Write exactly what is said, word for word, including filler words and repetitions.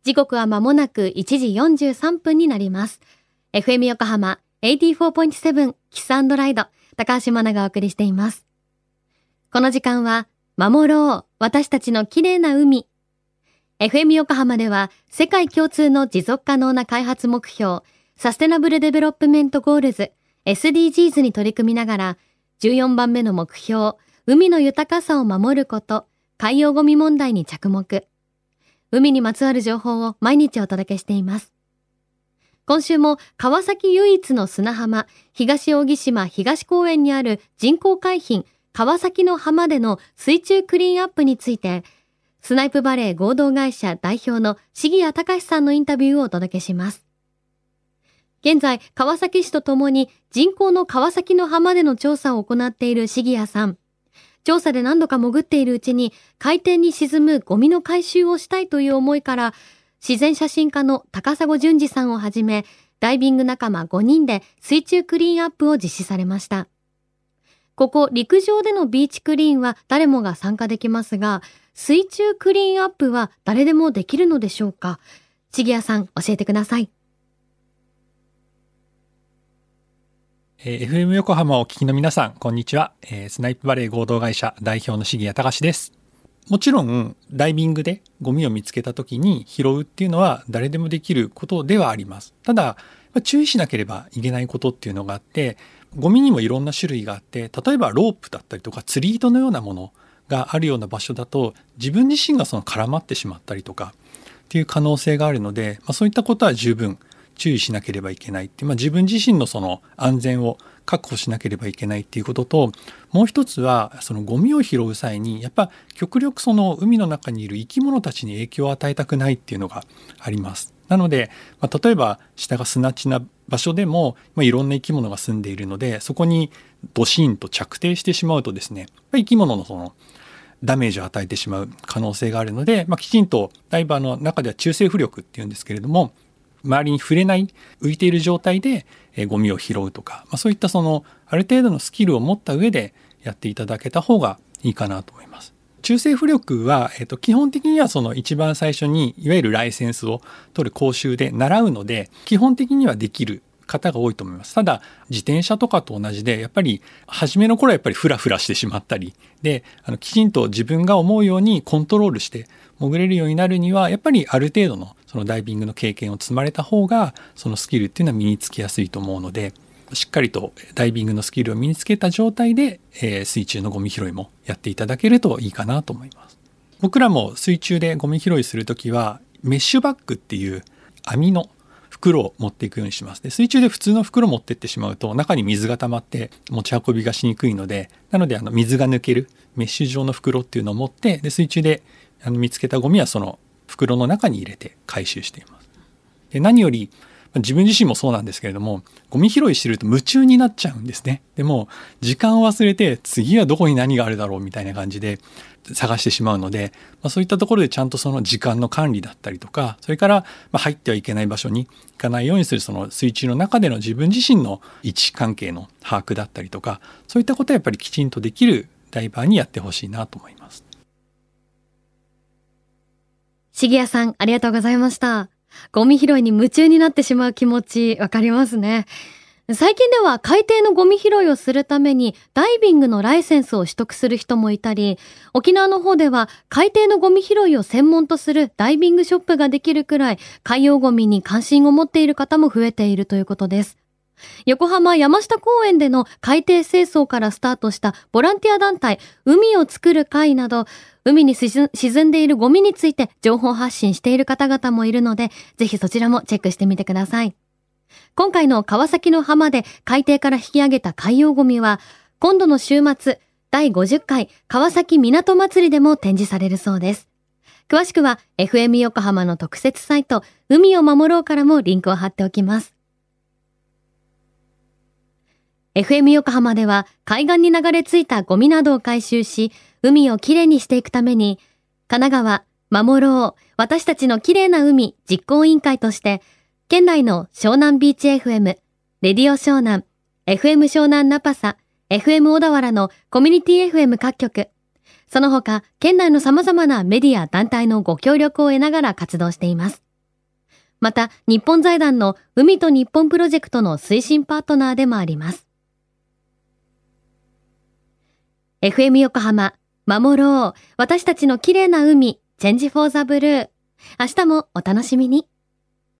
時刻は間もなくいちじよんじゅうさんぷんになります。エフエム 横浜 はちじゅうよんてんなな キス&ライド、高橋真奈がお送りしています。この時間は守ろう私たちの綺麗な海。エフエム 横浜では世界共通の持続可能な開発目標サステナブルデベロップメントゴールズ エスディージーズ に取り組みながらじゅうよんばんめの目標海の豊かさを守ること海洋ゴミ問題に着目。海にまつわる情報を毎日お届けしています。今週も川崎唯一の砂浜東扇島東公園にある人工海浜川崎の浜での水中クリーンアップについてスナイプバレー合同会社代表の重谷隆さんのインタビューをお届けします。現在川崎市とともに人工の川崎の浜での調査を行っている重谷さん。調査で何度か潜っているうちに海底に沈むゴミの回収をしたいという思いから自然写真家の高砂淳二さんをはじめダイビング仲間ごにんで水中クリーンアップを実施されました。ここ陸上でのビーチクリーンは誰もが参加できますが水中クリーンアップは誰でもできるのでしょうか。重谷さん教えてください。 エフエム 横浜をお聞きの皆さん、こんにちは。スナイプバレー合同会社代表の重谷隆です。もちろんダイビングでゴミを見つけた時に拾うっていうのは誰でもできることではあります。ただ注意しなければいけないことっていうのがあって、ゴミにもいろんな種類があって、例えばロープだったりとか釣り糸のようなものがあるような場所だと自分自身がその絡まってしまったりとかっていう可能性があるので、まあ、そういったことは十分注意しなければいけないって、まあ、自分自身のその安全を確保しなければいけないっていうことと、もう一つはそのゴミを拾う際にやっぱ極力その海の中にいる生き物たちに影響を与えたくないっていうのがあります。なので、まあ、例えば下が砂地な場所でも、まあ、いろんな生き物が住んでいるので、そこにドシンと着底してしまうとですね、やっぱり生き物のそのダメージを与えてしまう可能性があるので、まあ、きちんとダイバーの中では中性浮力っていうんですけれども、周りに触れない浮いている状態でゴミを拾うとか、まあ、そういったそのある程度のスキルを持った上でやっていただけた方がいいかなと思います。中性浮力は、えっと、基本的にはその一番最初にいわゆるライセンスを取る講習で習うので、基本的にはできる方が多いと思います。ただ自転車とかと同じで、やっぱり初めの頃はやっぱりフラフラしてしまったりで、あのきちんと自分が思うようにコントロールして潜れるようになるには、やっぱりある程度のそのダイビングの経験を積まれた方がそのスキルっていうのは身につきやすいと思うので、しっかりとダイビングのスキルを身につけた状態で、えー、水中のゴミ拾いもやっていただけるといいかなと思います。僕らも水中でゴミ拾いするときはメッシュバッグっていう網の袋を持っていくようにします。で、水中で普通の袋を持っていってしまうと中に水が溜まって持ち運びがしにくいので、なのであの水が抜けるメッシュ状の袋っていうのを持って、で水中であの見つけたゴミはその袋の中に入れて回収しています。で、何より自分自身もそうなんですけれども、ゴミ拾いしてると夢中になっちゃうんですね。でも時間を忘れて次はどこに何があるだろうみたいな感じで探してしまうので、まあ、そういったところでちゃんとその時間の管理だったりとか、それからまあ入ってはいけない場所に行かないようにするその水中の中での自分自身の位置関係の把握だったりとか、そういったことはやっぱりきちんとできるダイバーにやってほしいなと思います。 重谷さんありがとうございました。ゴミ拾いに夢中になってしまう気持ちわかりますね。最近では海底のゴミ拾いをするためにダイビングのライセンスを取得する人もいたり、沖縄の方では海底のゴミ拾いを専門とするダイビングショップができるくらい海洋ゴミに関心を持っている方も増えているということです。横浜山下公園での海底清掃からスタートしたボランティア団体海を作る会など、海に沈んでいるゴミについて情報発信している方々もいるので、ぜひそちらもチェックしてみてください。今回の川崎の浜で海底から引き上げた海洋ゴミは、今度の週末だいごじゅっかい川崎港祭りでも展示されるそうです。詳しくは エフエム 横浜の特設サイト海を守ろうからもリンクを貼っておきます。エフエム 横浜では海岸に流れ着いたゴミなどを回収し、海をきれいにしていくために、神奈川守ろう私たちのきれいな海実行委員会として、県内の湘南ビーチ エフエム、レディオ湘南、エフエム 湘南ナパサ、エフエム 小田原のコミュニティ エフエム 各局、その他県内の様々なメディア団体のご協力を得ながら活動しています。 また、日本財団の海と日本プロジェクトの推進パートナーでもあります。エフエム 横浜、守ろう。私たちの綺麗な海、チェンジフォーザブルー。明日もお楽しみに。